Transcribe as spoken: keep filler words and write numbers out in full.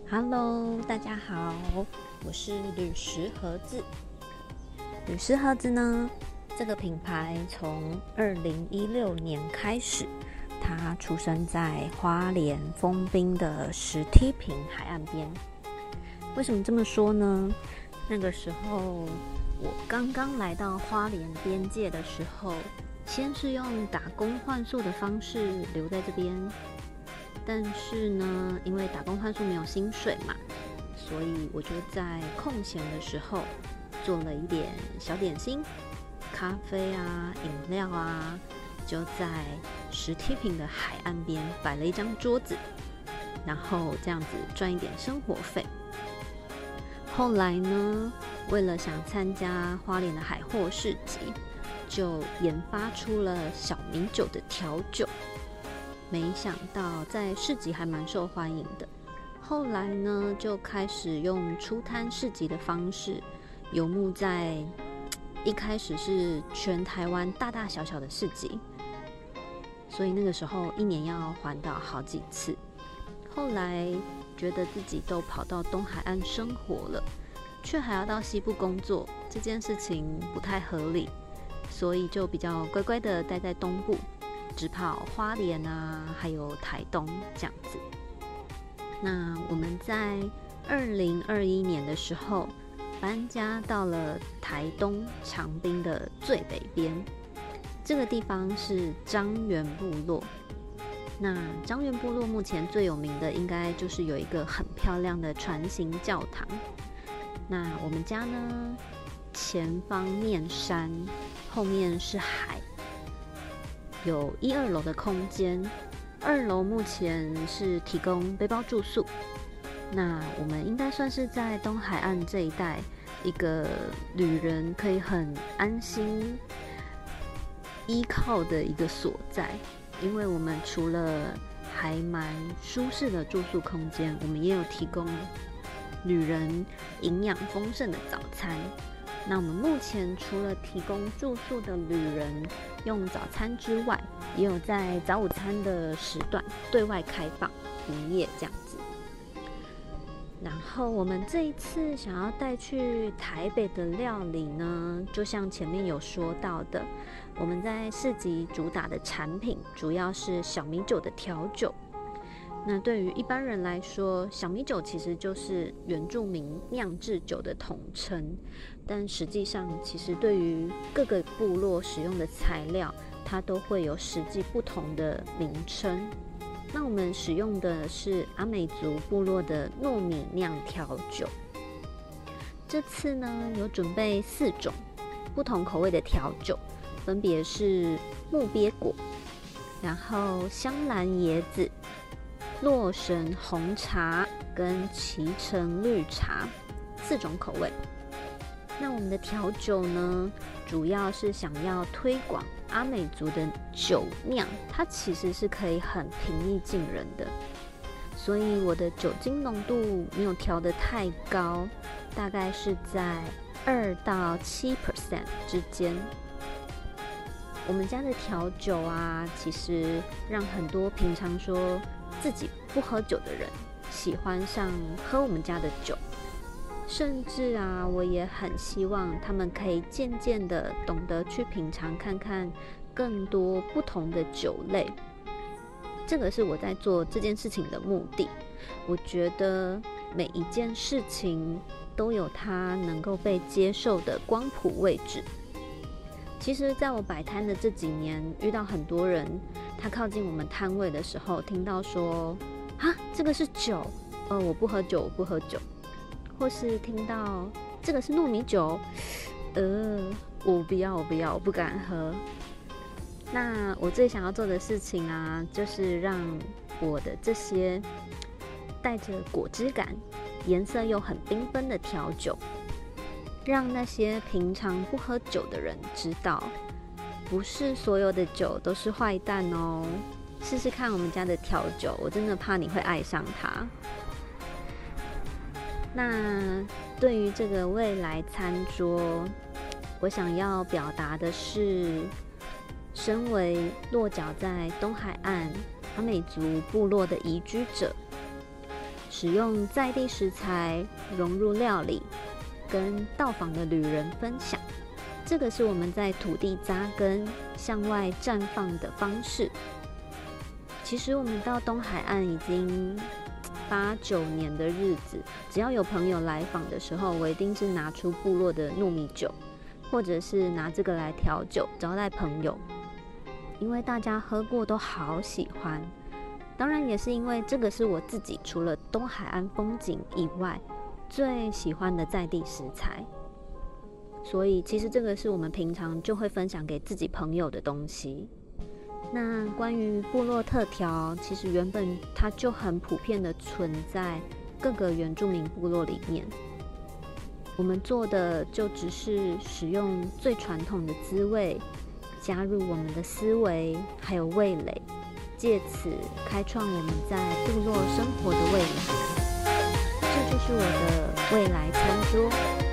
Hello，大家好，我是铝食盒子。铝食盒子呢，这个品牌从二零一六年开始，它出生在花莲丰滨的石梯坪海岸边。为什么这么说呢？那个时候我刚刚来到花莲边界的时候，先是用打工换宿的方式留在这边。但是呢，因为打工换宿没有薪水嘛，所以我就在空闲的时候做了一点小点心、咖啡啊、饮料啊，就在石梯坪的海岸边摆了一张桌子，然后这样子赚一点生活费。后来呢，为了想参加花莲的海货市集，就研发出了小米酒的调酒。没想到在市集还蛮受欢迎的，后来呢就开始用出摊市集的方式，游牧在一开始是全台湾大大小小的市集，所以那个时候一年要环岛好几次。后来觉得自己都跑到东海岸生活了，却还要到西部工作，这件事情不太合理，所以就比较乖乖的待在东部，只跑花莲啊，还有台东这样子。那我们在二零二一年的时候搬家到了台东长滨的最北边，这个地方是樟原部落。那樟原部落目前最有名的应该就是有一个很漂亮的船形教堂。那我们家呢，前方面山，后面是海，有一二楼的空间，二楼目前是提供背包住宿。那我们应该算是在东海岸这一带一个旅人可以很安心依靠的一个所在，因为我们除了还蛮舒适的住宿空间，我们也有提供旅人营养丰盛的早餐。那我们目前除了提供住宿的旅人用早餐之外，也有在早午餐的时段对外开放营业这样子。然后我们这一次想要带去台北的料理呢，就像前面有说到的，我们在市集主打的产品主要是小米酒的调酒。那对于一般人来说，小米酒其实就是原住民酿制酒的统称，但实际上其实对于各个部落使用的材料，它都会有实际不同的名称。那我们使用的是阿美族部落的糯米酿调酒。这次呢，有准备四种不同口味的调酒，分别是木鳖果，然后香兰椰子、洛神红茶跟脐橙绿茶四种口味。那我们的调酒呢，主要是想要推广阿美族的酒酿，它其实是可以很平易近人的，所以我的酒精浓度没有调得太高，大概是在二到七 percent 之间。我们家的调酒啊，其实让很多平常说自己不喝酒的人喜欢上喝我们家的酒，甚至啊，我也很希望他们可以渐渐的懂得去品尝看看更多不同的酒类。这个是我在做这件事情的目的。我觉得每一件事情都有它能够被接受的光谱位置。其实在我摆摊的这几年，遇到很多人，他靠近我们摊位的时候，听到说啊，这个是酒，呃，我不喝酒，我不喝酒，或是听到这个是糯米酒，呃，我不要，我不要，我不敢喝。那我最想要做的事情啊，就是让我的这些带着果汁感、颜色又很缤纷的调酒，让那些平常不喝酒的人知道，不是所有的酒都是坏蛋哦。试试看我们家的调酒，我真的怕你会爱上它。那对于这个未来餐桌，我想要表达的是，身为落脚在东海岸阿美族部落的移居者， 使用在地食材融入料理，跟到访的旅人分享。这个是我们在土地扎根、向外绽放的方式。其实我们到东海岸已经八九年的日子，只要有朋友来访的时候，我一定是拿出部落的糯米酒，或者是拿这个来调酒招待朋友，因为大家喝过都好喜欢。当然也是因为这个是我自己除了东海岸风景以外最喜欢的在地食材，所以其实这个是我们平常就会分享给自己朋友的东西。那关于部落特调，其实原本它就很普遍的存在各个原住民部落里面，我们做的就只是使用最传统的滋味，加入我们的思维还有味蕾，借此开创我们在部落生活的未来。这就是我的未来餐桌。